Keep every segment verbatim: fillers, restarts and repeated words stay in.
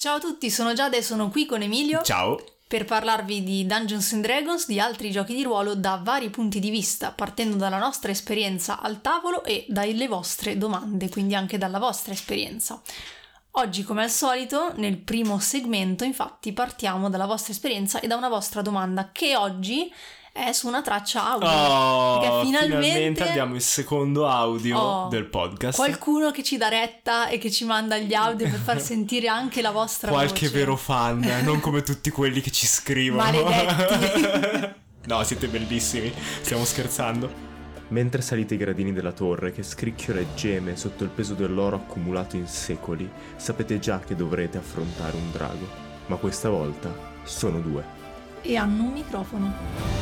Ciao a tutti, sono Giada e sono qui con Emilio. Ciao. Per parlarvi di Dungeons and Dragons, di altri giochi di ruolo da vari punti di vista, partendo dalla nostra esperienza al tavolo e dalle vostre domande, quindi anche dalla vostra esperienza. Oggi, come al solito, nel primo segmento, infatti, partiamo dalla vostra esperienza e da una vostra domanda, che oggi è su una traccia audio. Oh, perché finalmente, finalmente abbiamo il secondo audio oh, del podcast. Qualcuno che ci dà retta e che ci manda gli audio per far sentire anche la vostra Qualche voce. vero fan, non come tutti quelli che ci scrivono. Maledetti. No, siete bellissimi, stiamo scherzando. Mentre salite i gradini della torre che scricchiola e geme sotto il peso dell'oro accumulato in secoli, sapete già che dovrete affrontare un drago, ma questa volta sono due. E hanno un microfono.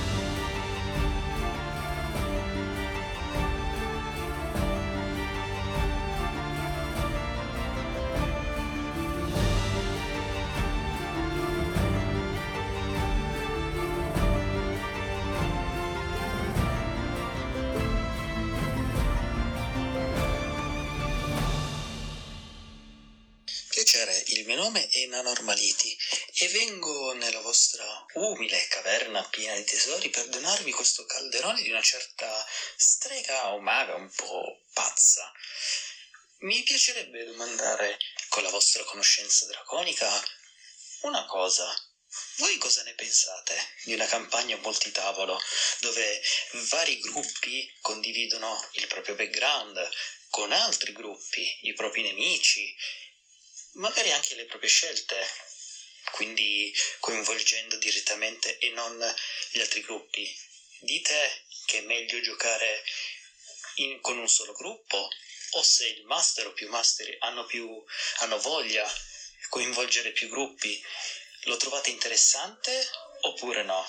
Piacere, il mio nome è Nanormaliti e vengo nella vostra umile caverna piena di tesori per donarvi questo calderone di una certa strega o maga un po' pazza. Mi piacerebbe domandare, con la vostra conoscenza draconica, una cosa. Voi cosa ne pensate di una campagna multitavolo dove vari gruppi condividono il proprio background con altri gruppi, i propri nemici, magari anche le proprie scelte, quindi coinvolgendo direttamente e non gli altri gruppi? Dite che è meglio giocare in, con un solo gruppo, o se il master o più master hanno, più, hanno voglia di coinvolgere più gruppi, lo trovate interessante oppure no?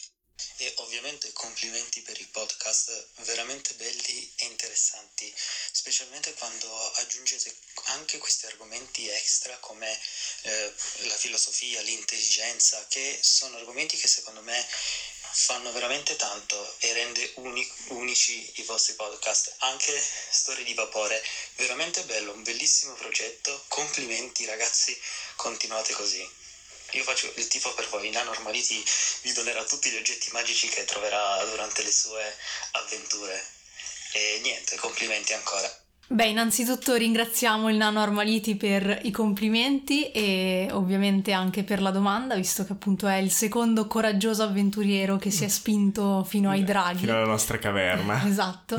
E ovviamente complimenti per i podcast, veramente belli e interessanti, specialmente quando aggiungete anche questi argomenti extra come eh, la filosofia, l'intelligenza, che sono argomenti che secondo me fanno veramente tanto e rende uni- unici i vostri podcast. Anche Storie di Vapore, veramente bello, un bellissimo progetto, complimenti ragazzi, continuate così. Io faccio il tifo per voi, Nanormaliti vi donerà tutti gli oggetti magici che troverà durante le sue avventure. E niente, complimenti ancora. Beh, innanzitutto ringraziamo il Nanormaliti per i complimenti e ovviamente anche per la domanda, visto che appunto è il secondo coraggioso avventuriero che si è spinto fino ai draghi. Fino alla nostra caverna. Esatto.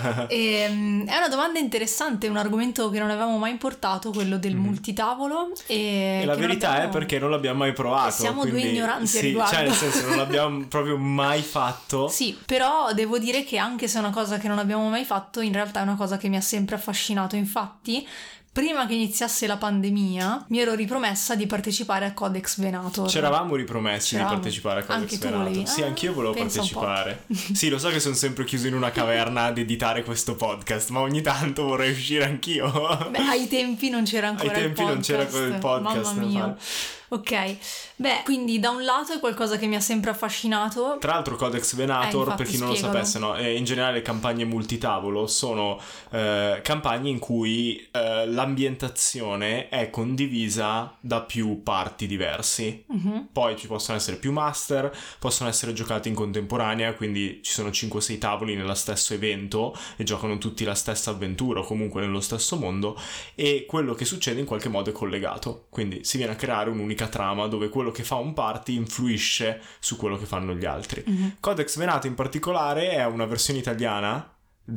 E, um, è una domanda interessante, un argomento che non avevamo mai portato, quello del mm. multitavolo. E, e la che verità abbiamo... è perché non l'abbiamo mai provato. Siamo quindi, due ignoranti sì, a riguardo. Cioè nel senso non l'abbiamo proprio mai fatto. Sì, però devo dire che anche se è una cosa che non abbiamo mai fatto, in realtà è una cosa che mi ha sempre affascinato. Infatti, prima che iniziasse la pandemia mi ero ripromessa di partecipare a Codex Venator. C'eravamo ripromessi C'eravamo. di partecipare a Codex Anche tu Venator. volevi? Sì, Ah, anch'io volevo partecipare. Sì, lo so che sono sempre chiuso in una caverna ad editare questo podcast, ma ogni tanto vorrei uscire anch'io. Beh, ai tempi non c'era ancora ai tempi il non podcast. c'era il podcast. Mamma mia. Ok, beh, quindi da un lato è qualcosa che mi ha sempre affascinato. Tra l'altro Codex Venator, eh, per chi non spiegalo. lo sapesse, no? E in generale le campagne multitavolo sono eh, campagne in cui eh, l'ambientazione è condivisa da più parti diversi. Uh-huh. Poi ci possono essere più master, possono essere giocati in contemporanea, quindi ci sono cinque o sei tavoli nello stesso evento e giocano tutti la stessa avventura o comunque nello stesso mondo, e quello che succede in qualche modo è collegato, quindi si viene a creare un'unica trama dove quello che fa un party influisce su quello che fanno gli altri. Mm-hmm. Codex Venator in particolare è una versione italiana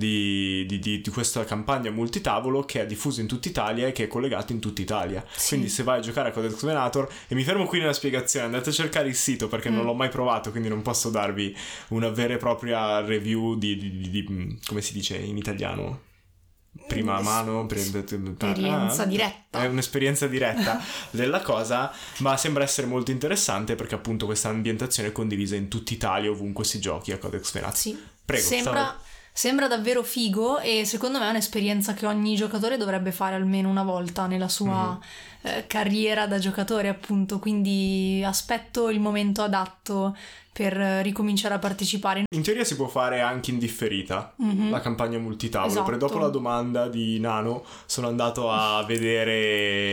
di, di, di, di questa campagna multitavolo che è diffusa in tutta Italia e che è collegata in tutta Italia. Sì. Quindi se vai a giocare a Codex Venator, e mi fermo qui nella spiegazione, andate a cercare il sito perché mm. non l'ho mai provato, quindi non posso darvi una vera e propria review di, di, di, di come si dice in italiano? Prima mano, esperienza ah, diretta. È un'esperienza diretta della cosa, ma sembra essere molto interessante perché appunto questa ambientazione è condivisa in tutta Italia ovunque si giochi a Codex Venator. Sì. Prego. Sembra stavo... Sembra davvero figo e secondo me è un'esperienza che ogni giocatore dovrebbe fare almeno una volta nella sua mm-hmm. eh, carriera da giocatore, appunto, quindi aspetto il momento adatto per ricominciare a partecipare. In teoria si può fare anche in differita mm-hmm. la campagna multitavolo, esatto. perché dopo la domanda di Nano sono andato a vedere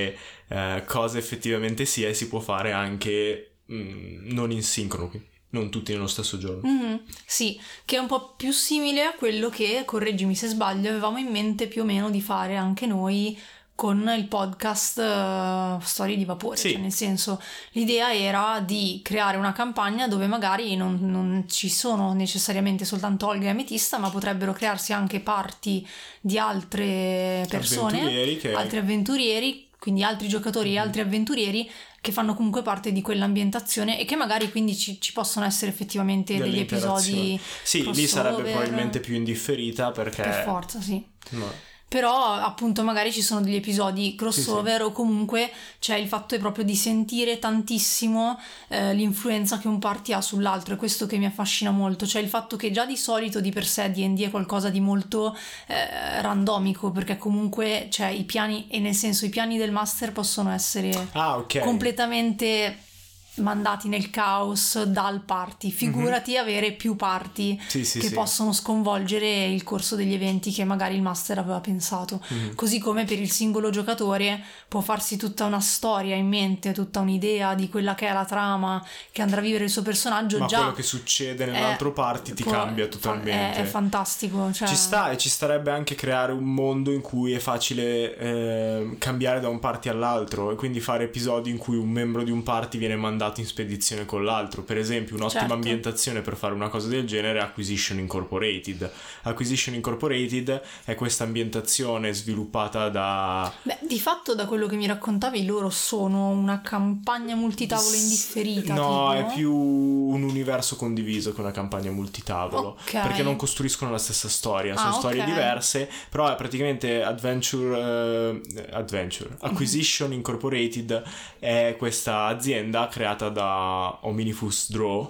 eh, cosa effettivamente sia, e si può fare anche mh, non in sincrono, non tutti nello stesso giorno. Mm-hmm. Sì, che è un po' più simile a quello che, correggimi se sbaglio, avevamo in mente più o meno di fare anche noi con il podcast uh, Storie di Vapore. Sì. Cioè, nel senso, l'idea era di creare una campagna dove magari non, non ci sono necessariamente soltanto Olga e Ametista, ma potrebbero crearsi anche parti di altre persone, avventurieri che... altri avventurieri, quindi altri giocatori e altri avventurieri che fanno comunque parte di quell'ambientazione, e che magari quindi ci, ci possono essere effettivamente degli episodi sì, crossover. Lì sarebbe probabilmente più indifferita, perché per forza, sì. No. Però appunto magari ci sono degli episodi crossover, sì, sì. O comunque c'è il fatto proprio di sentire tantissimo eh, l'influenza che un party ha sull'altro, e questo che mi affascina molto, cioè il fatto che già di solito di per sé D and D è qualcosa di molto eh, randomico, perché comunque cioè i piani, e nel senso i piani del master possono essere ah, okay. completamente mandati nel caos dal party, figurati mm-hmm. avere più party sì, sì, che sì. possono sconvolgere il corso degli eventi che magari il master aveva pensato, mm-hmm. così come per il singolo giocatore può farsi tutta una storia in mente, tutta un'idea di quella che è la trama che andrà a vivere il suo personaggio, ma già quello che succede nell'altro party ti può, cambia totalmente, è, è fantastico, cioè... ci sta, e ci starebbe anche creare un mondo in cui è facile eh, cambiare da un party all'altro, e quindi fare episodi in cui un membro di un party viene mandato in spedizione con l'altro. Per esempio, un'ottima certo. ambientazione per fare una cosa del genere è Acquisition Incorporated. Acquisition Incorporated è questa ambientazione sviluppata da... Beh, di fatto da quello che mi raccontavi loro sono una campagna multitavolo indifferita. No, tipo? È più un universo condiviso che una campagna multitavolo, okay. perché non costruiscono la stessa storia, sono ah, storie okay. diverse, però è praticamente Adventure uh, Adventure Acquisition mm-hmm. Incorporated è questa azienda creata da Omnifus Draw,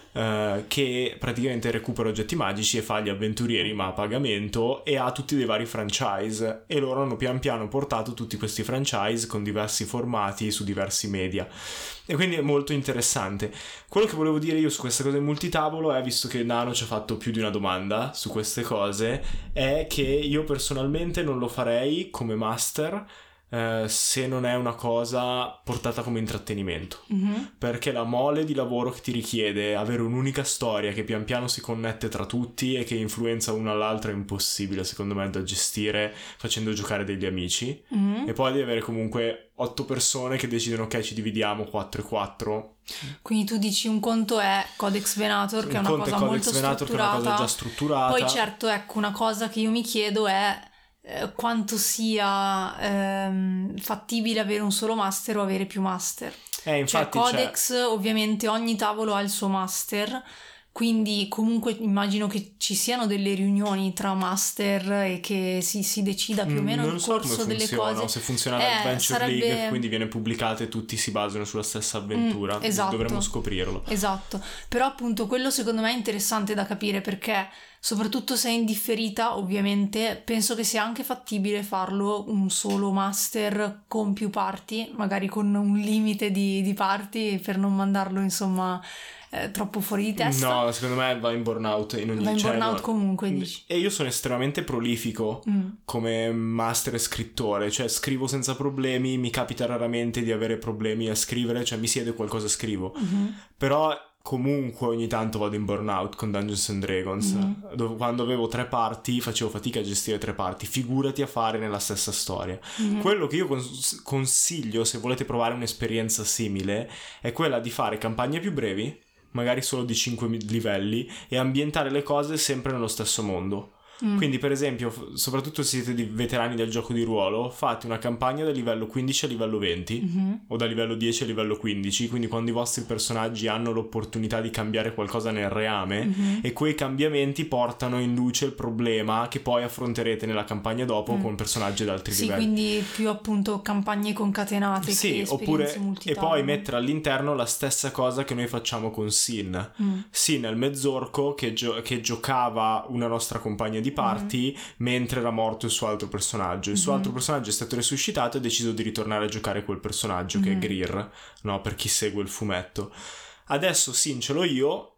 eh, che praticamente recupera oggetti magici e fa gli avventurieri ma a pagamento, e ha tutti dei vari franchise, e loro hanno pian piano portato tutti questi franchise con diversi formati su diversi media, e quindi è molto interessante. Quello che volevo dire io su questa cosa del multitavolo è, visto che Nano ci ha fatto più di una domanda su queste cose, è che io personalmente non lo farei come master Uh, se non è una cosa portata come intrattenimento, mm-hmm. perché la mole di lavoro che ti richiede avere un'unica storia che pian piano si connette tra tutti e che influenza una all'altra è impossibile secondo me da gestire facendo giocare degli amici, mm-hmm. e poi devi avere comunque otto persone che decidono ok, ci dividiamo quattro e quattro. Quindi tu dici un conto è Codex Venator, che è una cosa molto strutturata, che è una cosa già strutturata. Poi certo, ecco, una cosa che io mi chiedo è quanto sia ehm, fattibile avere un solo master o avere più master. Eh, infatti, cioè Codex c'è... ovviamente ogni tavolo ha il suo master, quindi comunque immagino che ci siano delle riunioni tra master e che si, si decida più o meno non il so corso come delle funziona, cose. Se funziona eh, l'Adventure sarebbe... League, quindi viene pubblicata e tutti si basano sulla stessa avventura. Mm, esatto. Dovremmo scoprirlo. Esatto, però appunto quello secondo me è interessante da capire, perché soprattutto se è indifferita ovviamente penso che sia anche fattibile farlo un solo master con più party, magari con un limite di, di party per non mandarlo insomma eh, troppo fuori di testa. No, secondo me va in burnout in ogni va in cioè, burnout no, comunque dici. E io sono estremamente prolifico mm. come master e scrittore, cioè scrivo senza problemi, mi capita raramente di avere problemi a scrivere, cioè mi siede qualcosa e scrivo, mm-hmm. però comunque ogni tanto vado in burnout con Dungeons and Dragons, mm-hmm. dove quando avevo tre party facevo fatica a gestire tre party, figurati a fare nella stessa storia. Mm-hmm. Quello che io cons- consiglio se volete provare un'esperienza simile è quella di fare campagne più brevi, magari solo di cinque livelli, e ambientare le cose sempre nello stesso mondo. Mm. Quindi per esempio, soprattutto se siete di veterani del gioco di ruolo, fate una campagna da livello quindici a livello venti, mm-hmm. o da livello dieci a livello quindici, quindi quando i vostri personaggi hanno l'opportunità di cambiare qualcosa nel reame, mm-hmm. e quei cambiamenti portano in luce il problema che poi affronterete nella campagna dopo mm. con personaggi ad altri sì, livelli. Sì, quindi più appunto campagne concatenate, sì, che oppure multitavolo. E poi mettere all'interno la stessa cosa che noi facciamo con Sin. Mm. Sin è il mezzorco che, gio- che giocava una nostra compagna di party mm-hmm. mentre era morto il suo altro personaggio. Il suo mm-hmm. altro personaggio è stato resuscitato e ha deciso di ritornare a giocare quel personaggio, mm-hmm. che è Greer, no, per chi segue il fumetto. Adesso Sin ce l'ho io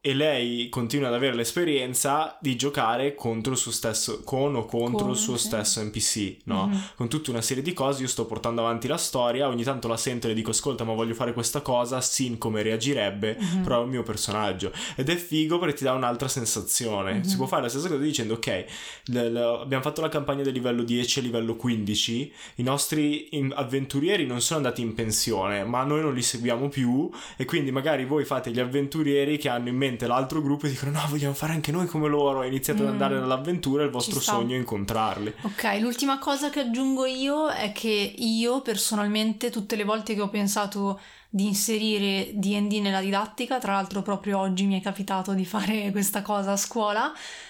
e lei continua ad avere l'esperienza di giocare contro il suo stesso, con o contro con, il suo sì. stesso N P C, no? Mm-hmm. Con tutta una serie di cose. Io sto portando avanti la storia, ogni tanto la sento e le dico ascolta ma voglio fare questa cosa, Sin come reagirebbe, mm-hmm. però è il mio personaggio, ed è figo perché ti dà un'altra sensazione. Mm-hmm. Si può fare la stessa cosa dicendo ok, l- l- abbiamo fatto la campagna del livello dieci a livello quindici, i nostri in- avventurieri non sono andati in pensione ma noi non li seguiamo più, e quindi magari voi fate gli avventurieri che hanno in mente l'altro gruppo e dicono no, vogliamo fare anche noi come loro, e iniziate mm. ad andare nell'avventura e il vostro sogno è incontrarli. Ok, l'ultima cosa che aggiungo io è che io personalmente tutte le volte che ho pensato di inserire D and D nella didattica, tra l'altro proprio oggi mi è capitato di fare questa cosa a scuola,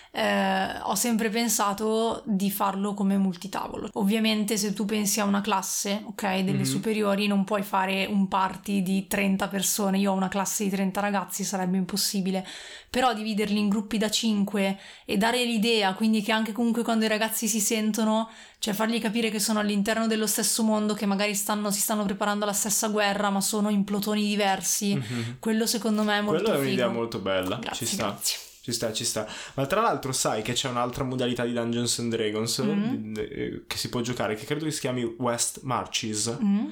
Eh, ho sempre pensato di farlo come multitavolo. Ovviamente se tu pensi a una classe, ok, delle mm-hmm. superiori, non puoi fare un party di trenta persone. Io ho una classe di trenta ragazzi, sarebbe impossibile, però dividerli in gruppi da cinque e dare l'idea quindi che anche comunque quando i ragazzi si sentono, cioè fargli capire che sono all'interno dello stesso mondo, che magari stanno, si stanno preparando alla stessa guerra ma sono in plotoni diversi, mm-hmm. quello secondo me è molto quello è figo. Un'idea molto bella. Grazie, ci sta grazie. Ci sta, ci sta. Ma tra l'altro sai che c'è un'altra modalità di Dungeons and Dragons mm-hmm. che si può giocare, che credo che si chiami West Marches, mm-hmm.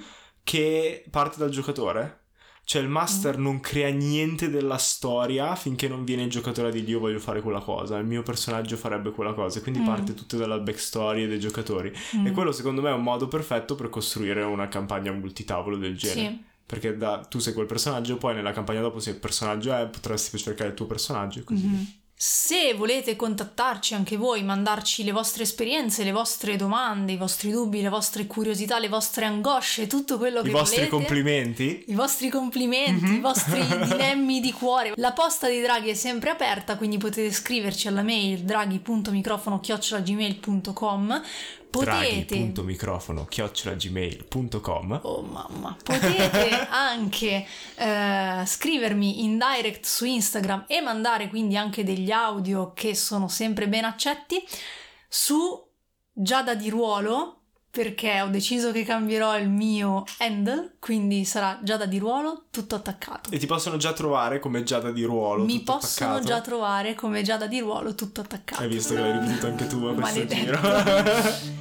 che parte dal giocatore. Cioè il master mm-hmm. non crea niente della storia finché non viene il giocatore a dirgli io voglio fare quella cosa, il mio personaggio farebbe quella cosa, quindi mm-hmm. parte tutto dalla backstory dei giocatori. Mm-hmm. E quello secondo me è un modo perfetto per costruire una campagna multitavolo del genere. Sì. Perché da, tu sei quel personaggio, poi nella campagna dopo se il personaggio è, potresti cercare il tuo personaggio e così. Mm-hmm. Se volete contattarci anche voi, mandarci le vostre esperienze, le vostre domande, i vostri dubbi, le vostre curiosità, le vostre angosce, tutto quello che I volete. I vostri complimenti. I vostri complimenti, mm-hmm. i vostri dilemmi di cuore. La posta di Draghi è sempre aperta, quindi potete scriverci alla mail draghi punto microfono chiocciola gmail punto com. Potete draghi.microfono chiocciola gmail punto com. Oh mamma. Potete anche eh, scrivermi in direct su Instagram e mandare quindi anche degli audio che sono sempre ben accetti su Giada di Ruolo, perché ho deciso che cambierò il mio handle, quindi sarà Giada di Ruolo tutto attaccato. E ti possono già trovare come Giada di Ruolo Mi tutto possono attaccato. già trovare come Giada di Ruolo tutto attaccato. Hai visto che l'hai ripetuto anche tu a questo Maledetto. giro?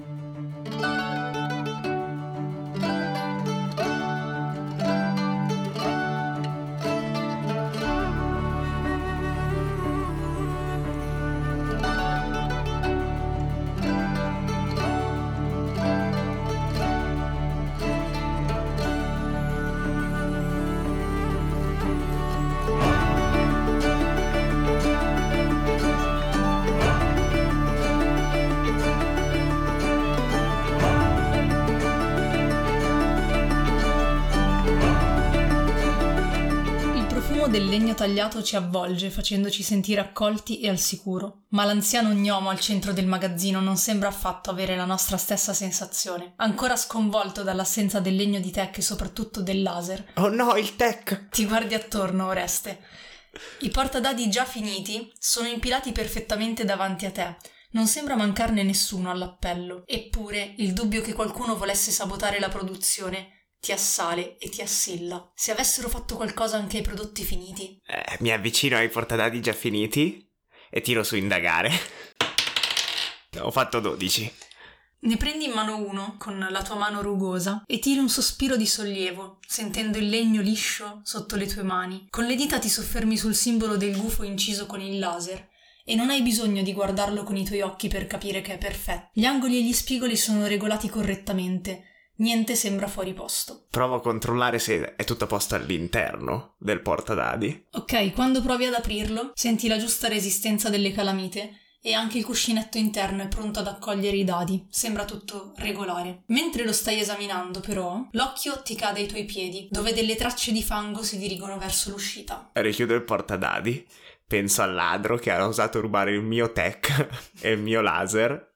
Del legno tagliato ci avvolge facendoci sentire accolti e al sicuro, ma l'anziano gnomo al centro del magazzino non sembra affatto avere la nostra stessa sensazione, ancora sconvolto dall'assenza del legno di tech e soprattutto del laser. Oh no, il tech! Ti guardi attorno, Oreste. I portadadi già finiti sono impilati perfettamente davanti a te. Non sembra mancarne nessuno all'appello, eppure il dubbio che qualcuno volesse sabotare la produzione ti assale e ti assilla. Se avessero fatto qualcosa anche ai prodotti finiti. Eh, mi avvicino ai portadadi già finiti e tiro su indagare. Ho fatto dodici. Ne prendi in mano uno con la tua mano rugosa e tiri un sospiro di sollievo, sentendo il legno liscio sotto le tue mani. Con le dita ti soffermi sul simbolo del gufo inciso con il laser e non hai bisogno di guardarlo con i tuoi occhi per capire che è perfetto. Gli angoli e gli spigoli sono regolati correttamente. Niente sembra fuori posto. Provo a controllare se è tutto a posto all'interno del portadadi. Ok, quando provi ad aprirlo, senti la giusta resistenza delle calamite e anche il cuscinetto interno è pronto ad accogliere i dadi. Sembra tutto regolare. Mentre lo stai esaminando, però, l'occhio ti cade ai tuoi piedi, dove delle tracce di fango si dirigono verso l'uscita. Richiudo il portadadi, penso al ladro che ha osato rubare il mio tech e il mio laser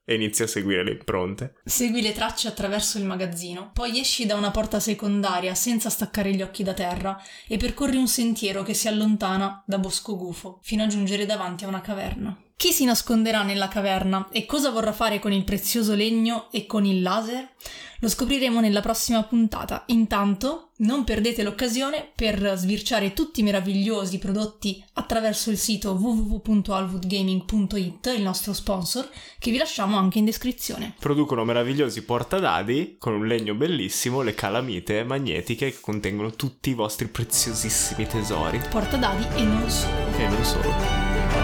e inizio a seguire le impronte. Segui le tracce attraverso il magazzino, poi esci da una porta secondaria senza staccare gli occhi da terra e percorri un sentiero che si allontana da Bosco Gufo fino a giungere davanti a una caverna. Chi si nasconderà nella caverna e cosa vorrà fare con il prezioso legno e con il laser? Lo scopriremo nella prossima puntata. Intanto, non perdete l'occasione per sbirciare tutti i meravigliosi prodotti attraverso il sito w w w punto alwood gaming punto i t, il nostro sponsor, che vi lasciamo anche in descrizione. Producono meravigliosi portadadi con un legno bellissimo, le calamite magnetiche che contengono tutti i vostri preziosissimi tesori. Portadadi e non solo. E non solo.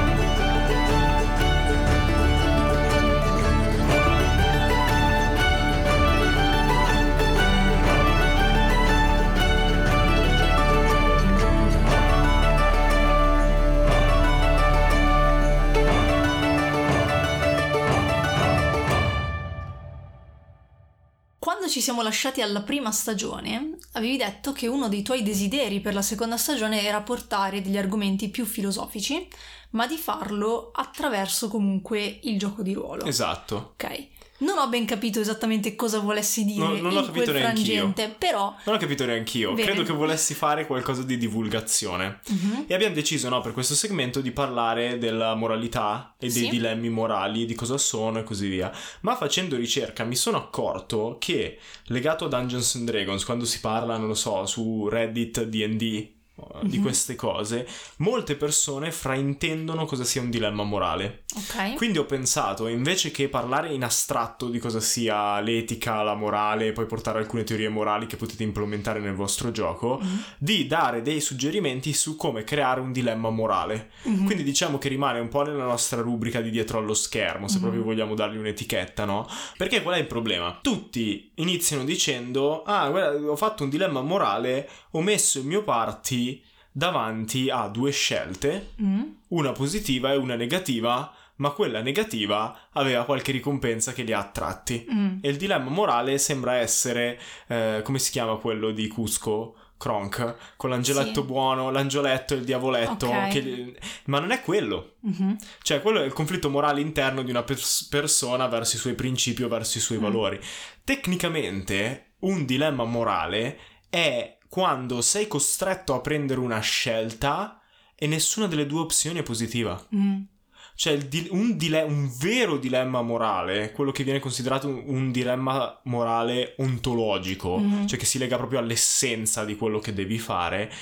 Quando ci siamo lasciati alla prima stagione, avevi detto che uno dei tuoi desideri per la seconda stagione era portare degli argomenti più filosofici, ma di farlo attraverso comunque il gioco di ruolo. Esatto. Ok. Non ho ben capito esattamente cosa volessi dire non, non in ho capito quel frangente, neanch'io. però... Non ho capito neanch'io. Bene. Credo che volessi fare qualcosa di divulgazione. Uh-huh. E abbiamo deciso, no, per questo segmento di parlare della moralità e dei Sì. dilemmi morali, di cosa sono e così via. Ma facendo ricerca mi sono accorto che, legato a Dungeons and Dragons, quando si parla, non lo so, su Reddit, D and D, di Mhm. queste cose, molte persone fraintendono cosa sia un dilemma morale. Ok. Quindi ho pensato, invece che parlare in astratto di cosa sia l'etica, la morale, e poi portare alcune teorie morali che potete implementare nel vostro gioco, Mhm. di dare dei suggerimenti su come creare un dilemma morale. Mhm. Quindi diciamo che rimane un po' nella nostra rubrica di dietro allo schermo, se Mhm. proprio vogliamo dargli un'etichetta, no? Perché qual è il problema? Tutti iniziano dicendo: ah, guarda, ho fatto un dilemma morale, ho messo il mio party davanti a due scelte, Mm. una positiva e una negativa, ma quella negativa aveva qualche ricompensa che li ha attratti. Mm. E il dilemma morale sembra essere, eh, come si chiama quello di Cusco? Kronk, con l'angioletto Sì. buono, l'angioletto e il diavoletto, Ok. che- ma non è quello. Mhm. Cioè, quello è il conflitto morale interno di una pers- persona verso i suoi principi o verso i suoi Mm. valori. Tecnicamente, un dilemma morale è quando sei costretto a prendere una scelta e nessuna delle due opzioni è positiva. Mm. Cioè, il di- un, dile- un vero dilemma morale, quello che viene considerato un, un dilemma morale ontologico, Mhm. cioè che si lega proprio all'essenza di quello che devi fare,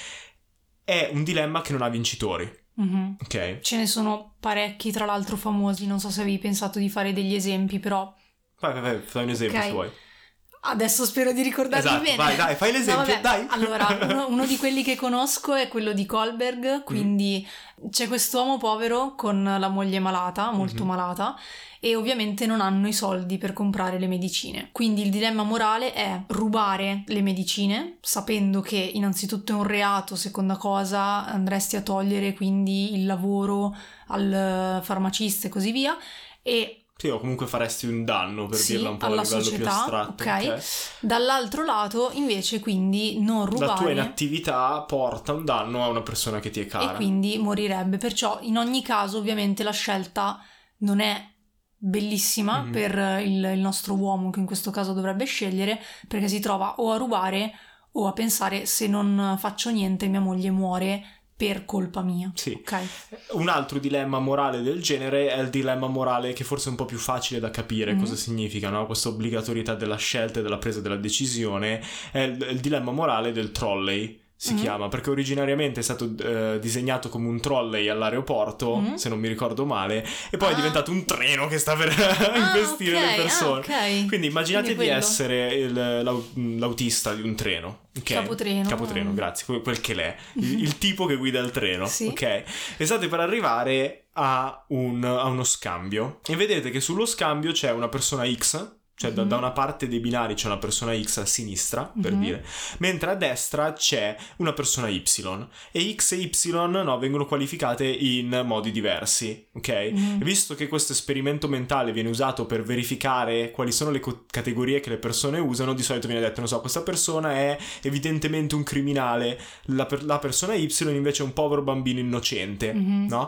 è un dilemma che non ha vincitori, Mhm. ok? Ce ne sono parecchi, tra l'altro famosi, non so se avevi pensato di fare degli esempi, però Vai, vai, vai, fai un esempio Ok. se vuoi. adesso spero di ricordarmi Esatto, bene. vai, dai, fai l'esempio, No, vabbè, dai. Allora, uno, uno di quelli che conosco è quello di Kohlberg, quindi c'è quest'uomo povero con la moglie malata, molto Mhm. malata, e ovviamente non hanno i soldi per comprare le medicine. Quindi il dilemma morale è rubare le medicine, sapendo che innanzitutto è un reato, seconda cosa andresti a togliere quindi il lavoro al farmacista e così via, e Sì, o comunque faresti un danno, per Sì, dirla un po' a alla livello società, più astratto. ok. Dall'altro lato, invece, quindi non La tua rubare inattività porta un danno a una persona che ti è e cara. quindi morirebbe. Perciò, in ogni caso, ovviamente, la scelta non è bellissima Mhm. per il, il nostro uomo, che in questo caso dovrebbe scegliere, perché si trova o a rubare o a pensare: se non faccio niente mia moglie muore per colpa mia. Sì. Ok. Un altro dilemma morale del genere è il dilemma morale che forse è un po' più facile da capire Mhm. cosa significa, no? Questa obbligatorietà della scelta e della presa della decisione è il, il dilemma morale del trolley, si Mhm. chiama, perché originariamente è stato eh, disegnato come un trolley all'aeroporto, Mhm. se non mi ricordo male, e poi Ah. è diventato un treno che sta per Ah, investire ok, le persone. ah, ok. Quindi immaginate Quindi di quello. essere il- l'au- l'autista di un treno. ok? Capotreno. Capotreno, grazie, quel, quel che l'è. Il, il tipo che guida il treno, Sì. ok? E state per arrivare a, un, a uno scambio. E vedete che sullo scambio c'è una persona X, cioè da, Mhm. da una parte dei binari c'è una persona X a sinistra, per Mhm. dire, mentre a destra c'è una persona Y. E X e Y, no, vengono qualificate in modi diversi, ok? Mhm. E visto che questo esperimento mentale viene usato per verificare quali sono le co- categorie che le persone usano, di solito viene detto, non so, questa persona è evidentemente un criminale, la, per- la persona Y invece è un povero bambino innocente, Mhm. no?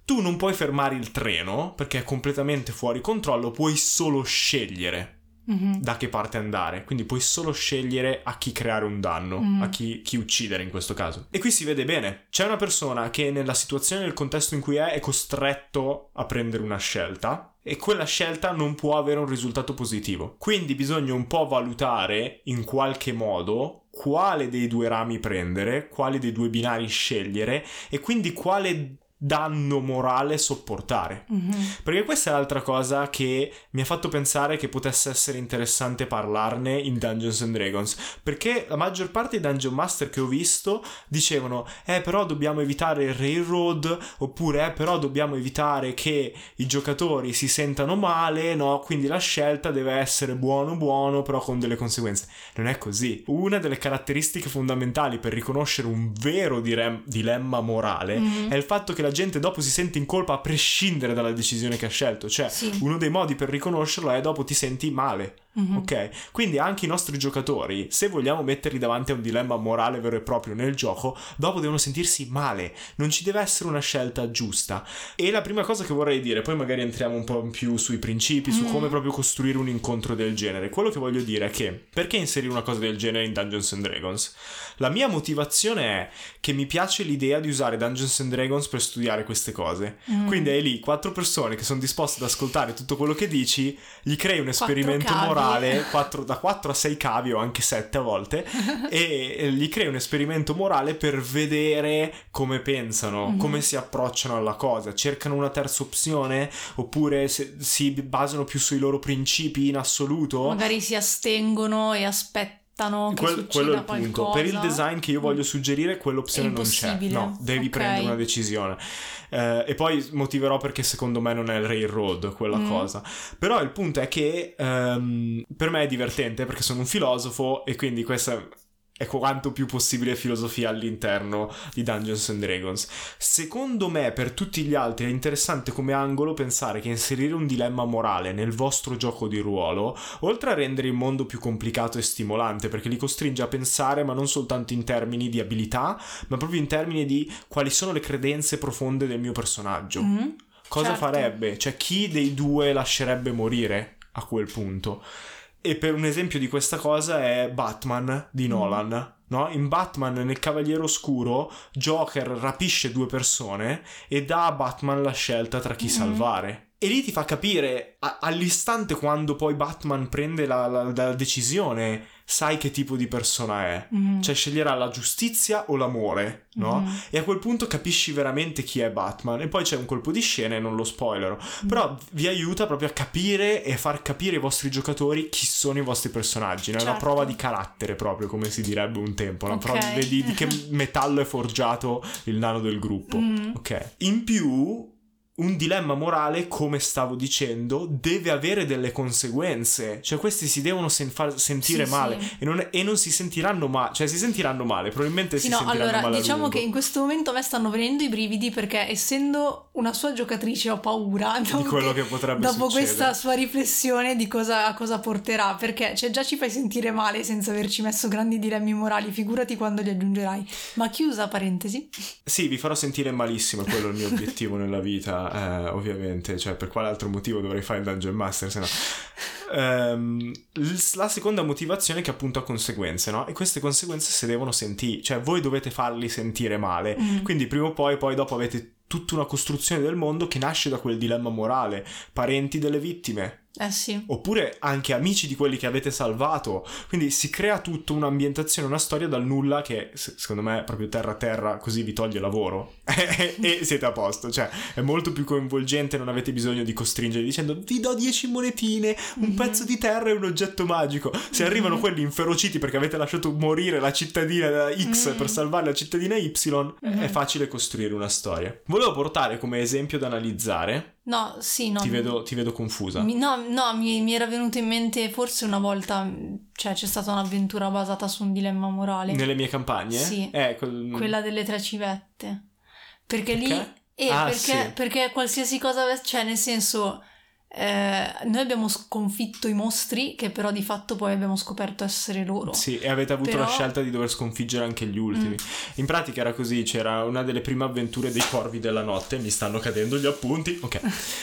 Tu non puoi fermare il treno perché è completamente fuori controllo, puoi solo scegliere mm-hmm. da che parte andare, quindi puoi solo scegliere a chi creare un danno, mm. a chi, chi uccidere in questo caso. E qui si vede bene, c'è una persona che nella situazione, nel contesto in cui è, è costretto a prendere una scelta e quella scelta non può avere un risultato positivo. Quindi bisogna un po' valutare in qualche modo quale dei due rami prendere, quale dei due binari scegliere e quindi quale danno morale sopportare. Mm-hmm. Perché questa è l'altra cosa che mi ha fatto pensare che potesse essere interessante parlarne in Dungeons and Dragons, perché la maggior parte dei Dungeon Master che ho visto dicevano eh però dobbiamo evitare il railroad, oppure eh però dobbiamo evitare che i giocatori si sentano male, no, quindi la scelta deve essere buono buono però con delle conseguenze. Non è così. Una delle caratteristiche fondamentali per riconoscere un vero dire- dilemma morale mm-hmm. è il fatto che la gente dopo si sente in colpa a prescindere dalla decisione che ha scelto, cioè sì. uno dei modi per riconoscerlo è dopo ti senti male. Mm-hmm. Ok, quindi anche i nostri giocatori, se vogliamo metterli davanti a un dilemma morale vero e proprio nel gioco, dopo devono sentirsi male, non ci deve essere una scelta giusta. E la prima cosa che vorrei dire, poi magari entriamo un po' in più sui principi, mm-hmm. su come proprio costruire un incontro del genere. Quello che voglio dire è che perché inserire una cosa del genere in Dungeons and Dragons? La mia motivazione è che mi piace l'idea di usare Dungeons and Dragons per studiare queste cose. Mm. Quindi hai lì quattro persone che sono disposte ad ascoltare tutto quello che dici, gli crei un esperimento morale, quattro, da quattro a sei cavi o anche sette a volte, e, e gli crei un esperimento morale per vedere come pensano, mm-hmm. come si approcciano alla cosa, cercano una terza opzione oppure se, si basano più sui loro principi in assoluto. Magari si astengono e aspettano. Che Quel, quello è il punto. Qualcosa. Per il design che io voglio suggerire quell'opzione non c'è, no, devi okay. prendere una decisione, eh, e poi motiverò perché secondo me non è il railroad quella mm. cosa, però il punto è che um, per me è divertente perché sono un filosofo e quindi questa è quanto più possibile filosofia all'interno di Dungeons and Dragons. Secondo me per tutti gli altri è interessante come angolo pensare che inserire un dilemma morale nel vostro gioco di ruolo, oltre a rendere il mondo più complicato e stimolante perché li costringe a pensare ma non soltanto in termini di abilità ma proprio in termini di quali sono le credenze profonde del mio personaggio, mm, cosa certo. farebbe, cioè chi dei due lascerebbe morire a quel punto. E per un esempio di questa cosa è Batman di Nolan, mm. no? In Batman, nel Cavaliere Oscuro, Joker rapisce due persone e dà a Batman la scelta tra chi mm. salvare. E lì ti fa capire a- all'istante quando poi Batman prende la, la, la decisione, sai che tipo di persona è, mm. cioè sceglierà la giustizia o l'amore, no? Mm. E a quel punto capisci veramente chi è Batman. E poi c'è un colpo di scena e non lo spoilerò, mm. però vi aiuta proprio a capire e a far capire ai vostri giocatori chi sono i vostri personaggi, no? È certo. una prova di carattere proprio, come si direbbe un tempo, una okay. prova di, di che metallo è forgiato il nano del gruppo, mm. ok? In più un dilemma morale, come stavo dicendo, deve avere delle conseguenze, cioè questi si devono sen- far sentire sì, male sì. E, non, e non si sentiranno male, cioè si sentiranno male, probabilmente sì, si no, sentiranno allora, male. Diciamo che in questo momento a me stanno venendo i brividi perché essendo una sua giocatrice ho paura di quello che, che potrebbe dopo succedere. Questa sua riflessione di cosa, a cosa porterà, perché cioè, già ci fai sentire male senza averci messo grandi dilemmi morali, figurati quando li aggiungerai. Ma chiusa parentesi. Sì, vi farò sentire malissimo, quello è il mio obiettivo nella vita. Eh, ovviamente, cioè per quale altro motivo dovrei fare il Dungeon Master se no? Um, la seconda motivazione è che appunto ha conseguenze, no? E queste conseguenze si devono sentire, cioè voi dovete farli sentire male, mm. quindi prima o poi poi dopo avete tutta una costruzione del mondo che nasce da quel dilemma morale, parenti delle vittime. Eh sì. Oppure anche amici di quelli che avete salvato, quindi si crea tutta un'ambientazione, una storia dal nulla che secondo me è proprio terra terra, così vi toglie lavoro e siete a posto, cioè è molto più coinvolgente, non avete bisogno di costringere dicendo vi do dieci monetine, un mm-hmm. pezzo di terra e un oggetto magico. Se mm-hmm. arrivano quelli inferociti perché avete lasciato morire la cittadina X mm-hmm. per salvare la cittadina Y, mm-hmm. è facile costruire una storia. Volevo portare come esempio da analizzare. No, sì, no. Ti vedo, ti vedo confusa. Mi, no, no, mi, mi era venuto in mente forse una volta, cioè c'è stata un'avventura basata su un dilemma morale. Nelle mie campagne? Sì, eh, quel... quella delle tre civette. Perché, perché? lì... Eh, ah, perché, sì. perché qualsiasi cosa, cioè nel senso... eh, noi abbiamo sconfitto i mostri che però di fatto poi abbiamo scoperto essere loro. Sì, e avete avuto però... la scelta di dover sconfiggere anche gli ultimi. Mm. In pratica era così, c'era una delle prime avventure dei Corvi della Notte, mi stanno cadendo gli appunti, ok.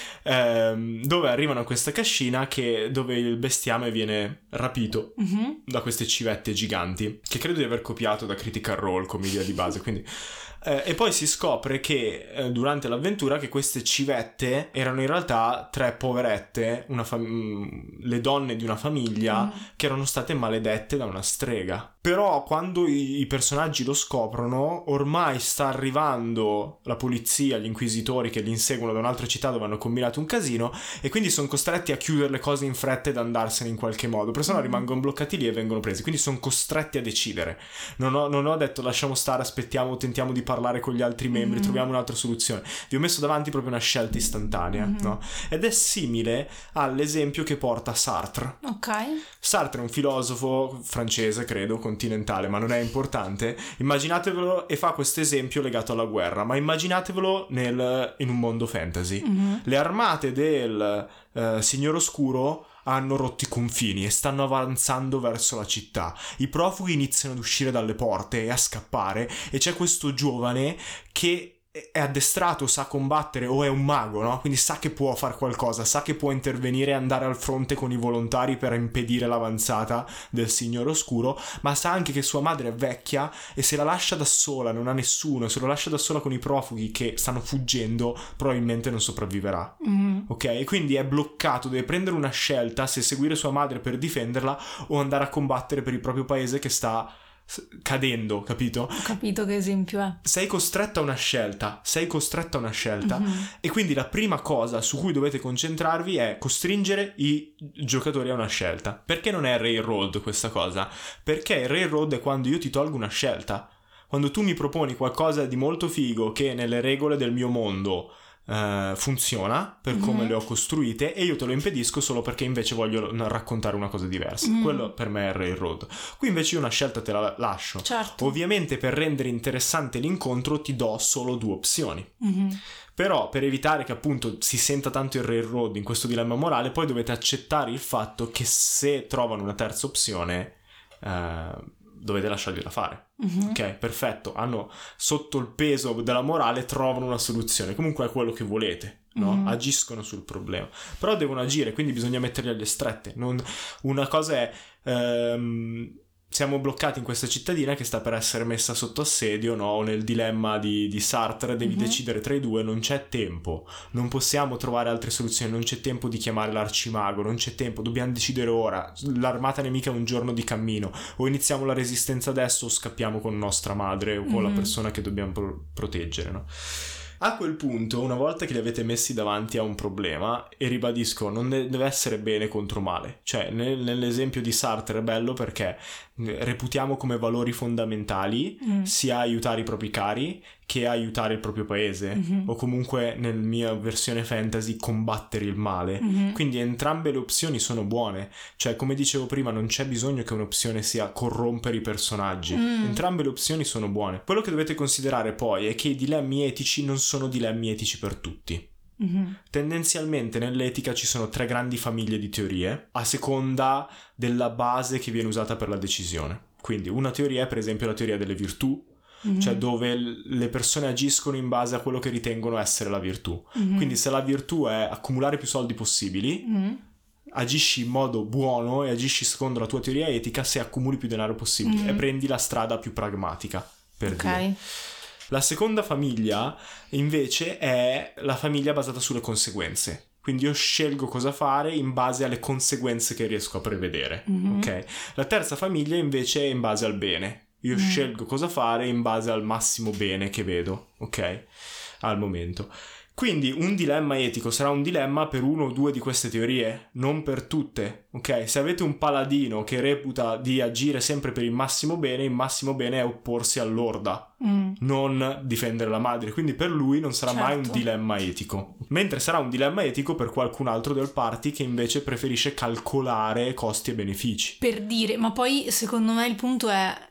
ehm, dove arrivano a questa cascina che, dove il bestiame viene rapito mm-hmm. da queste civette giganti, che credo di aver copiato da Critical Role come idea di base, quindi... Eh, e poi si scopre che eh, durante l'avventura che queste civette erano in realtà tre poverette, una fam- le donne di una famiglia mm. che erano state maledette da una strega. Però quando i, i personaggi lo scoprono, ormai sta arrivando la polizia, gli inquisitori che li inseguono da un'altra città dove hanno combinato un casino, e quindi sono costretti a chiudere le cose in fretta ed andarsene in qualche modo, perché sennò rimangono bloccati lì e vengono presi, quindi sono costretti a decidere. Non ho, non ho detto lasciamo stare, aspettiamo, tentiamo di parlare con gli altri membri, mm-hmm. troviamo un'altra soluzione. Vi ho messo davanti proprio una scelta istantanea, mm-hmm. no? Ed è simile all'esempio che porta Sartre. Ok. Sartre è un filosofo francese, credo, continentale, ma non è importante. Immaginatevelo, e fa questo esempio legato alla guerra, ma immaginatevelo nel, in un mondo fantasy. Mm-hmm. Le armate del uh, Signor Oscuro hanno rotto i confini e stanno avanzando verso la città. I profughi iniziano ad uscire dalle porte e a scappare, e c'è questo giovane che è addestrato, sa combattere, o è un mago, no? Quindi sa che può far qualcosa, sa che può intervenire e andare al fronte con i volontari per impedire l'avanzata del Signore Oscuro, ma sa anche che sua madre è vecchia e se la lascia da sola, non ha nessuno, se lo lascia da sola con i profughi che stanno fuggendo, probabilmente non sopravviverà. Mm. Ok? E quindi è bloccato, deve prendere una scelta se seguire sua madre per difenderla o andare a combattere per il proprio paese che sta cadendo, capito? Ho capito che esempio è. Sei costretto a una scelta, sei costretto a una scelta mm-hmm. e quindi la prima cosa su cui dovete concentrarvi è costringere i giocatori a una scelta. Perché non è railroad questa cosa? Perché il railroad è quando io ti tolgo una scelta. Quando tu mi proponi qualcosa di molto figo che nelle regole del mio mondo Uh, funziona per come mm-hmm. le ho costruite e io te lo impedisco solo perché invece voglio raccontare una cosa diversa. Mm. Quello per me è il railroad. Qui invece io una scelta te la lascio. Certo. Ovviamente per rendere interessante l'incontro ti do solo due opzioni. Mm-hmm. Però per evitare che appunto si senta tanto il railroad in questo dilemma morale, poi dovete accettare il fatto che se trovano una terza opzione uh, dovete lasciargliela fare. Mm-hmm. Ok, perfetto. Hanno sotto il peso della morale, trovano una soluzione. Comunque è quello che volete, no? Mm-hmm. Agiscono sul problema. Però devono agire, quindi bisogna metterli alle strette. Non... Una cosa è... Ehm... siamo bloccati in questa cittadina che sta per essere messa sotto assedio, no? O nel dilemma di, di Sartre, devi mm-hmm. decidere tra i due, non c'è tempo, non possiamo trovare altre soluzioni, non c'è tempo di chiamare l'arcimago, non c'è tempo, dobbiamo decidere ora, l'armata nemica è un giorno di cammino, o iniziamo la resistenza adesso o scappiamo con nostra madre o con mm-hmm. la persona che dobbiamo pro- proteggere, no? A quel punto, una volta che li avete messi davanti a un problema, e ribadisco, non deve essere bene contro male, cioè nel, nell'esempio di Sartre è bello perché reputiamo come valori fondamentali mm. sia aiutare i propri cari che aiutare il proprio paese, mm-hmm. o comunque nella mia versione fantasy combattere il male, mm-hmm. quindi entrambe le opzioni sono buone, cioè come dicevo prima non c'è bisogno che un'opzione sia corrompere i personaggi, mm. entrambe le opzioni sono buone. Quello che dovete considerare poi è che i dilemmi etici non sono dilemmi etici per tutti. Mm-hmm. Tendenzialmente nell'etica ci sono tre grandi famiglie di teorie a seconda della base che viene usata per la decisione. Quindi una teoria è per esempio la teoria delle virtù, mm-hmm. cioè dove le persone agiscono in base a quello che ritengono essere la virtù. Mm-hmm. Quindi se la virtù è accumulare più soldi possibili, mm-hmm. agisci in modo buono e agisci secondo la tua teoria etica se accumuli più denaro possibile, mm-hmm. e prendi la strada più pragmatica, per Ok. dire. La seconda famiglia invece è la famiglia basata sulle conseguenze. Quindi io scelgo cosa fare in base alle conseguenze che riesco a prevedere. Mm-hmm. Ok? La terza famiglia invece è in base al bene. Io mm. scelgo cosa fare in base al massimo bene che vedo, ok? Al momento. Quindi un dilemma etico sarà un dilemma per uno o due di queste teorie, non per tutte, ok? Se avete un paladino che reputa di agire sempre per il massimo bene, il massimo bene è opporsi all'orda, mm. non difendere la madre, quindi per lui non sarà certo. mai un dilemma etico. Mentre sarà un dilemma etico per qualcun altro del party che invece preferisce calcolare costi e benefici. Per dire, ma poi secondo me il punto è...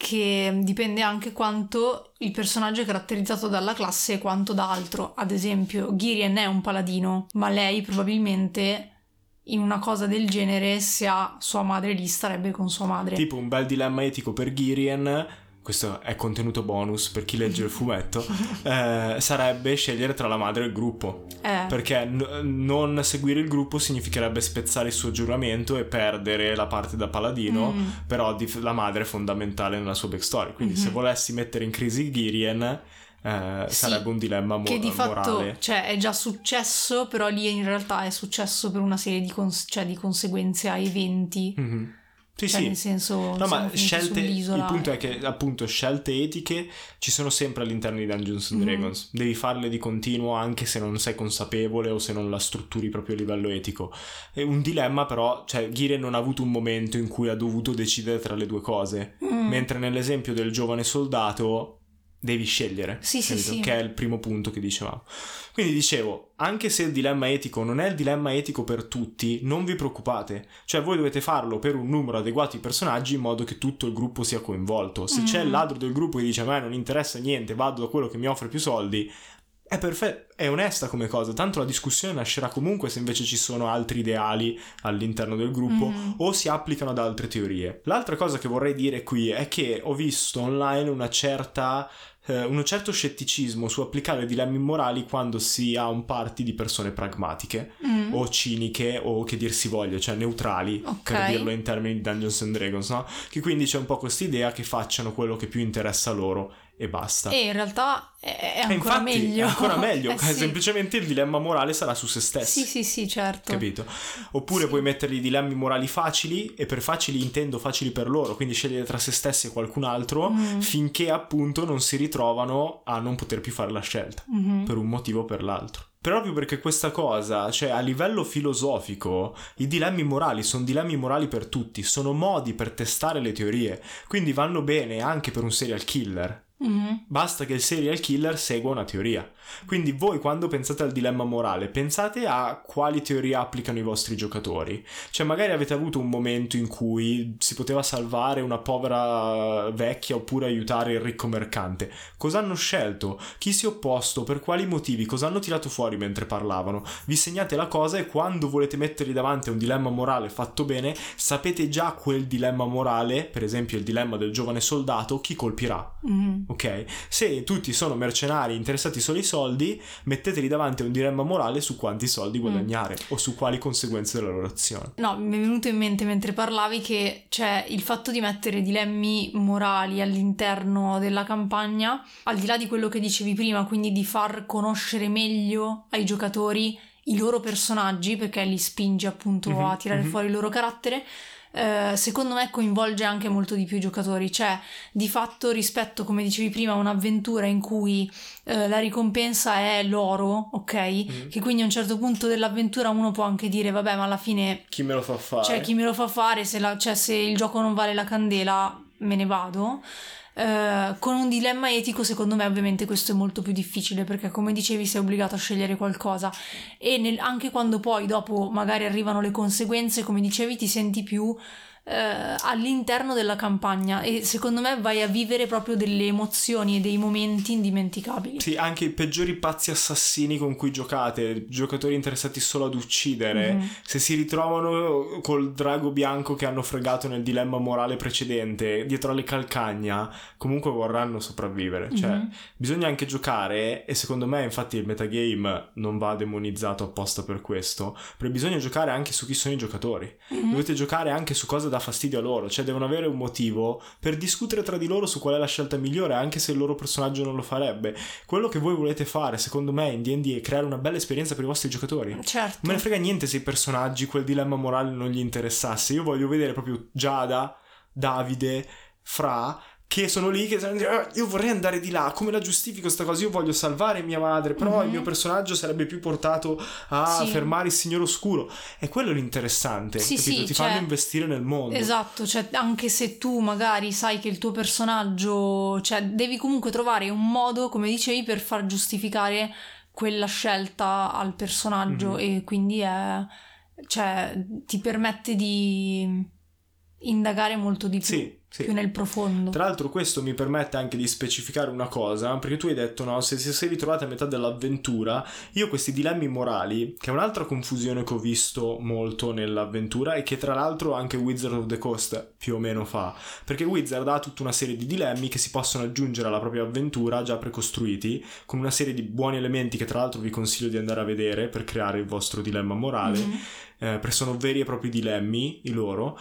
che dipende anche quanto il personaggio è caratterizzato dalla classe e quanto da altro. Ad esempio, Girien è un paladino, ma lei probabilmente in una cosa del genere, se ha sua madre lì, starebbe con sua madre. Tipo un bel dilemma etico per Girien, questo è contenuto bonus per chi legge il fumetto, eh, sarebbe scegliere tra la madre e il gruppo. Eh. Perché n- non seguire il gruppo significherebbe spezzare il suo giuramento e perdere la parte da paladino, Mm. però di- la madre è fondamentale nella sua backstory. Quindi Mhm. se volessi mettere in crisi Girien, eh, Sì, sarebbe un dilemma mo- che di fatto, morale. cioè, è già successo, però lì in realtà è successo per una serie di, cons- cioè, di conseguenze a eventi. Mhm. Sì, Cioè, sì. nel senso, No, siamo ma finiti scelte, il sull'isola punto e- è che appunto scelte etiche ci sono sempre all'interno di Dungeons and Mhm. Dragons. Devi farle di continuo anche se non sei consapevole o se non la strutturi proprio a livello etico. È un dilemma però, cioè Girien non ha avuto un momento in cui ha dovuto decidere tra le due cose, Mm. mentre nell'esempio del giovane soldato devi scegliere, Sì, sì, capito? sì. Che è il primo punto che dicevamo. Quindi dicevo, anche se il dilemma etico non è il dilemma etico per tutti, non vi preoccupate. Cioè voi dovete farlo per un numero adeguato di personaggi in modo che tutto il gruppo sia coinvolto. Se Mm. c'è il ladro del gruppo che dice a me non interessa niente, vado da quello che mi offre più soldi, è perfetto, è onesta come cosa. Tanto la discussione nascerà comunque se invece ci sono altri ideali all'interno del gruppo Mm. o si applicano ad altre teorie. L'altra cosa che vorrei dire qui è che ho visto online una certa... Uh, uno certo scetticismo su applicare dilemmi morali quando si ha un party di persone pragmatiche Mm. o ciniche o che dir si voglia, cioè neutrali, Ok. per dirlo in termini di Dungeons and Dragons, no? Che quindi c'è un po' questa idea che facciano quello che più interessa loro e basta. E in realtà è, è E ancora infatti meglio. è ancora meglio, Eh, sì. semplicemente il dilemma morale sarà su se stessi. Sì, sì, sì, certo. Capito? Oppure Sì. puoi mettergli dilemmi morali facili, e per facili intendo facili per loro, quindi scegliere tra se stessi e qualcun altro, Mm. finché appunto non si ritrovano a non poter più fare la scelta, Mhm. per un motivo o per l'altro. Proprio perché questa cosa, cioè a livello filosofico, i dilemmi morali sono dilemmi morali per tutti, sono modi per testare le teorie, quindi vanno bene anche per un serial killer. Mhm. Basta che il serial killer segua una teoria. Quindi voi quando pensate al dilemma morale pensate a quali teorie applicano i vostri giocatori. Cioè magari avete avuto un momento in cui si poteva salvare una povera vecchia oppure aiutare il ricco mercante. Cosa hanno scelto? Chi si è opposto? Per quali motivi? Cosa hanno tirato fuori mentre parlavano? Vi segnate la cosa e quando volete metterli davanti a un dilemma morale fatto bene sapete già quel dilemma morale, per esempio il dilemma del giovane soldato, chi colpirà. Mhm. Ok? Se tutti sono mercenari interessati solo ai soldi, metteteli davanti a un dilemma morale su quanti soldi guadagnare o su quali conseguenze della loro azione. No, mi è venuto in mente mentre parlavi che c'è il fatto di mettere dilemmi morali all'interno della campagna, al di là di quello che dicevi prima, quindi di far conoscere meglio ai giocatori i loro personaggi, perché li spinge appunto Mhm, a tirare mhm. fuori il loro carattere. Eh, secondo me coinvolge anche molto di più i giocatori, cioè di fatto rispetto, come dicevi prima, a un'avventura in cui eh, la ricompensa è l'oro, ok? Mhm. Che quindi a un certo punto dell'avventura uno può anche dire vabbè, ma alla fine Chi me lo fa fare? cioè chi me lo fa fare, se, la- cioè, se il gioco non vale la candela me ne vado. Eh, con un dilemma etico secondo me ovviamente questo è molto più difficile, perché come dicevi sei obbligato a scegliere qualcosa e nel- anche quando poi dopo magari arrivano le conseguenze, come dicevi, ti senti più eh, all'interno della campagna e secondo me vai a vivere proprio delle emozioni e dei momenti indimenticabili. Sì, anche i peggiori pazzi assassini con cui giocate, giocatori interessati solo ad uccidere, Mhm. se si ritrovano col drago bianco che hanno fregato nel dilemma morale precedente dietro alle calcagna, comunque vorranno sopravvivere. Cioè, Mhm. bisogna anche giocare, e secondo me infatti il metagame non va demonizzato apposta per questo, perché bisogna giocare anche su chi sono i giocatori. Mhm. Dovete giocare anche su cosa dà fastidio a loro, cioè devono avere un motivo per discutere tra di loro su qual è la scelta migliore, anche se il loro personaggio non lo farebbe. Quello che voi volete fare, secondo me, in D and D è creare una bella esperienza per i vostri giocatori. Certo. Non me ne frega niente se i personaggi quel dilemma morale non gli interessasse. Io voglio vedere proprio Giada, Davide, Fra, che sono lì che stanno dicendo, "Ah, io vorrei andare di là, come la giustifico sta cosa? Io voglio salvare mia madre, però Mhm. il mio personaggio sarebbe più portato a Sì. fermare il signor oscuro". E quello è l'interessante, Sì, capito? sì, Ti cioè- fanno investire nel mondo. Esatto, cioè anche se tu magari sai che il tuo personaggio, cioè devi comunque trovare un modo, come dicevi, per far giustificare quella scelta al personaggio Mhm. e quindi è, cioè ti permette di indagare molto di più, sì, sì. più nel profondo. Tra l'altro questo mi permette anche di specificare una cosa, perché tu hai detto no, se si sei ritrovata a metà dell'avventura, io questi dilemmi morali, che è un'altra confusione che ho visto molto nell'avventura e che tra l'altro anche Wizard of the Coast più o meno fa, perché Wizard ha tutta una serie di dilemmi che si possono aggiungere alla propria avventura già precostruiti, con una serie di buoni elementi che tra l'altro vi consiglio di andare a vedere per creare il vostro dilemma morale, mm-hmm. eh, perché sono veri e propri dilemmi i loro.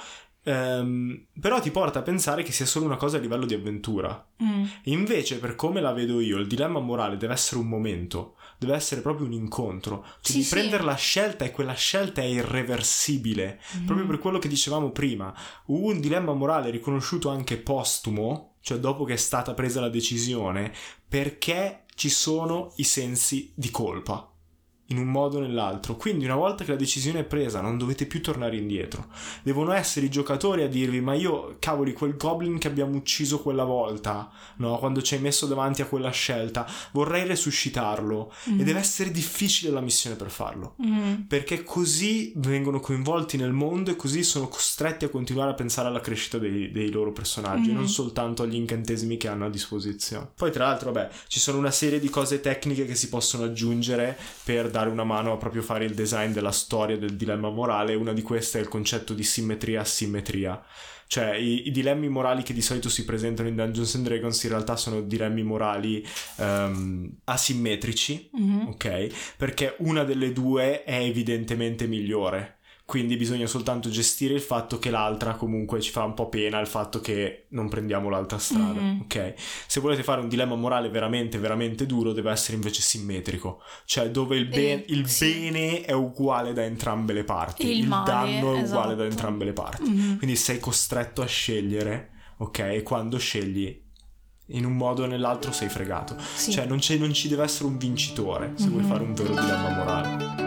Um, però ti porta a pensare che sia solo una cosa a livello di avventura. Mm. Invece, per come la vedo io, il dilemma morale deve essere un momento, deve essere proprio un incontro. Cioè, sì, di sì. prendere la scelta, e quella scelta è irreversibile. Mm. Proprio per quello che dicevamo prima, un dilemma morale riconosciuto anche postumo, cioè dopo che è stata presa la decisione, perché ci sono i sensi di colpa. In un modo o nell'altro. Quindi una volta che la decisione è presa non dovete più tornare indietro. Devono essere i giocatori a dirvi: ma io, cavoli, quel goblin che abbiamo ucciso quella volta, no, quando ci hai messo davanti a quella scelta, vorrei resuscitarlo. Mm. E deve essere difficile la missione per farlo, mm. perché così vengono coinvolti nel mondo e così sono costretti a continuare a pensare alla crescita dei, dei loro personaggi, mm. non soltanto agli incantesimi che hanno a disposizione. Poi tra l'altro, vabbè, ci sono una serie di cose tecniche che si possono aggiungere per dare una mano a proprio fare il design della storia del dilemma morale. Una di queste è il concetto di simmetria-asimmetria, cioè i, i dilemmi morali che di solito si presentano in Dungeons and Dragons in realtà sono dilemmi morali um, asimmetrici, mm-hmm. ok? Perché una delle due è evidentemente migliore. Quindi bisogna soltanto gestire il fatto che l'altra comunque ci fa un po' pena, il fatto che non prendiamo l'altra strada, mm-hmm. ok? Se volete fare un dilemma morale veramente, veramente duro, deve essere invece simmetrico. Cioè dove il, ben- il sì. bene è uguale da entrambe le parti, il, il male, danno è uguale esatto. da entrambe le parti. Mm-hmm. Quindi sei costretto a scegliere, ok? E quando scegli in un modo o nell'altro sei fregato. Sì. Cioè non, c'è, non ci deve essere un vincitore se mm-hmm. vuoi fare un vero dilemma morale.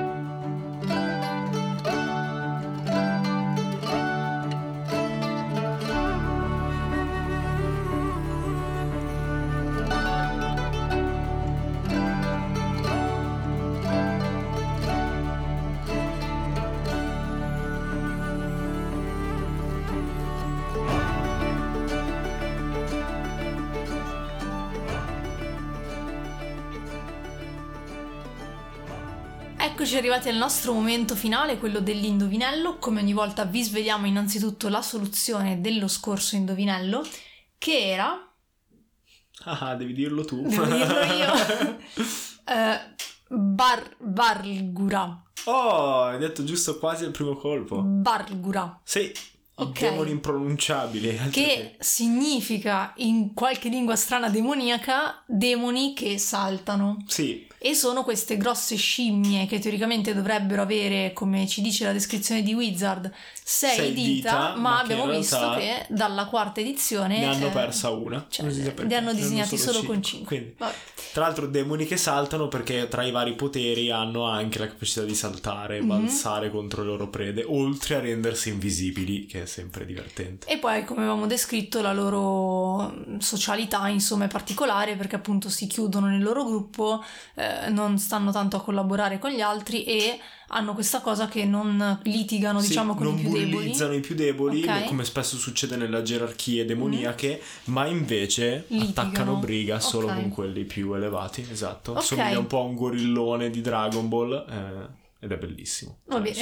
Eccoci arrivati al nostro momento finale, quello dell'indovinello. Come ogni volta vi sveliamo innanzitutto la soluzione dello scorso indovinello, che era... Ah, devi dirlo tu. Devo dirlo io. uh, bar- Barlgura. Oh, hai detto giusto quasi al primo colpo. Barlgura. Sì. Okay. Demoni impronunciabili. Che, che significa in qualche lingua strana demoniaca demoni che saltano. Sì. E sono queste grosse scimmie che teoricamente dovrebbero avere, come ci dice la descrizione di Wizard, sei, sei dita, dita, ma, ma abbiamo visto che dalla quarta edizione ne hanno eh, persa una. Cioè, li hanno disegnati solo, solo con cinque. Quindi, tra l'altro demoni che saltano perché tra i vari poteri hanno anche la capacità di saltare, mm-hmm. balzare contro le loro prede, oltre a rendersi invisibili, che è sempre divertente. E poi, come avevamo descritto, la loro socialità insomma è particolare perché appunto si chiudono nel loro gruppo, eh, non stanno tanto a collaborare con gli altri e hanno questa cosa che non litigano sì, diciamo con i più deboli. Non bullizzano i più deboli, okay. come spesso succede nelle gerarchie demoniache, mm. ma invece litigano. Attaccano briga solo okay. con quelli più elevati. Esatto. Okay. Somiglia un po' a un gorillone di Dragon Ball eh, ed è bellissimo. Va bene.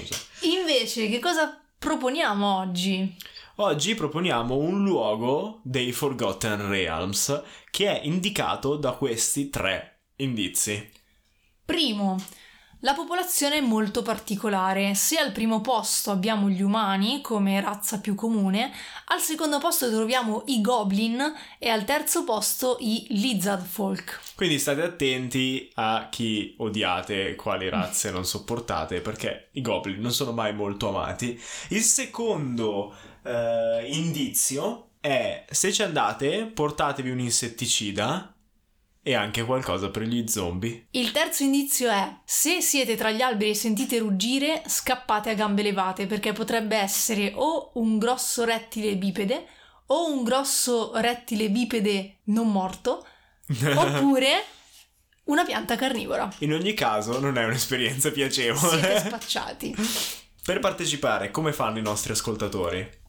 Invece che cosa proponiamo oggi? Oggi proponiamo un luogo dei Forgotten Realms che è indicato da questi tre indizi. Primo, la popolazione è molto particolare. Se al primo posto abbiamo gli umani come razza più comune, al secondo posto troviamo i goblin e al terzo posto i lizard folk. Quindi state attenti a chi odiate e quali razze non sopportate, perché i goblin non sono mai molto amati. Il secondo eh, indizio è: se ci andate, portatevi un insetticida e anche qualcosa per gli zombie. Il terzo indizio è: se siete tra gli alberi e sentite ruggire, scappate a gambe levate, perché potrebbe essere o un grosso rettile bipede o un grosso rettile bipede non morto oppure una pianta carnivora. In ogni caso non è un'esperienza piacevole. Siete spacciati. Per partecipare, come fanno i nostri ascoltatori?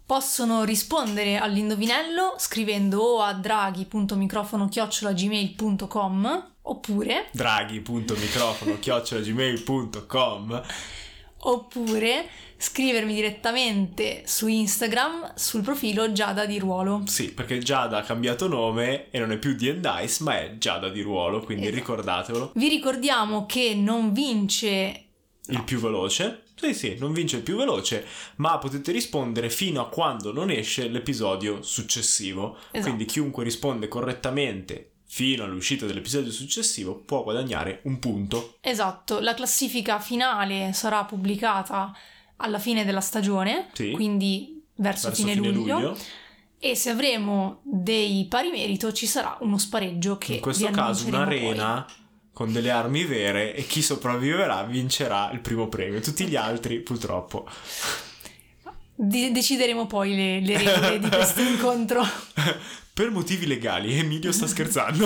Possono rispondere all'indovinello scrivendo o a draghi punto microfono chiocciola gmail punto com oppure draghi punto microfono chiocciola gmail punto com oppure scrivermi direttamente su Instagram sul profilo Giada di Ruolo. Sì, perché Giada ha cambiato nome e non è più D and Dice, ma è Giada di Ruolo, quindi esatto. Ricordatelo. Vi ricordiamo che non vince il no. più veloce. Sì, sì, non vince il più veloce, ma potete rispondere fino a quando non esce l'episodio successivo. Esatto. Quindi chiunque risponde correttamente fino all'uscita dell'episodio successivo può guadagnare un punto. Esatto, la classifica finale sarà pubblicata alla fine della stagione, sì. Quindi verso, verso fine, fine luglio. luglio. E se avremo dei pari merito ci sarà uno spareggio che in questo caso un'arena poi. Con delle armi vere, e chi sopravviverà vincerà il primo premio. Tutti gli altri purtroppo De- decideremo poi le, le regole di questo incontro per motivi legali. Emilio sta scherzando.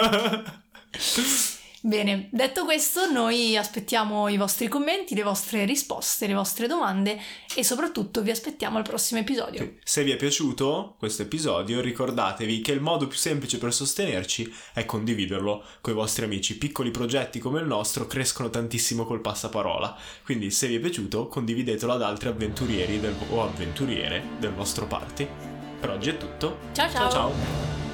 Bene, detto questo, noi aspettiamo i vostri commenti, le vostre risposte, le vostre domande e soprattutto vi aspettiamo al prossimo episodio. Sì. Se vi è piaciuto questo episodio, ricordatevi che il modo più semplice per sostenerci è condividerlo con i vostri amici. Piccoli progetti come il nostro crescono tantissimo col passaparola, quindi se vi è piaciuto condividetelo ad altri avventurieri del, o avventuriere del vostro party. Per oggi è tutto. Ciao ciao! Ciao ciao!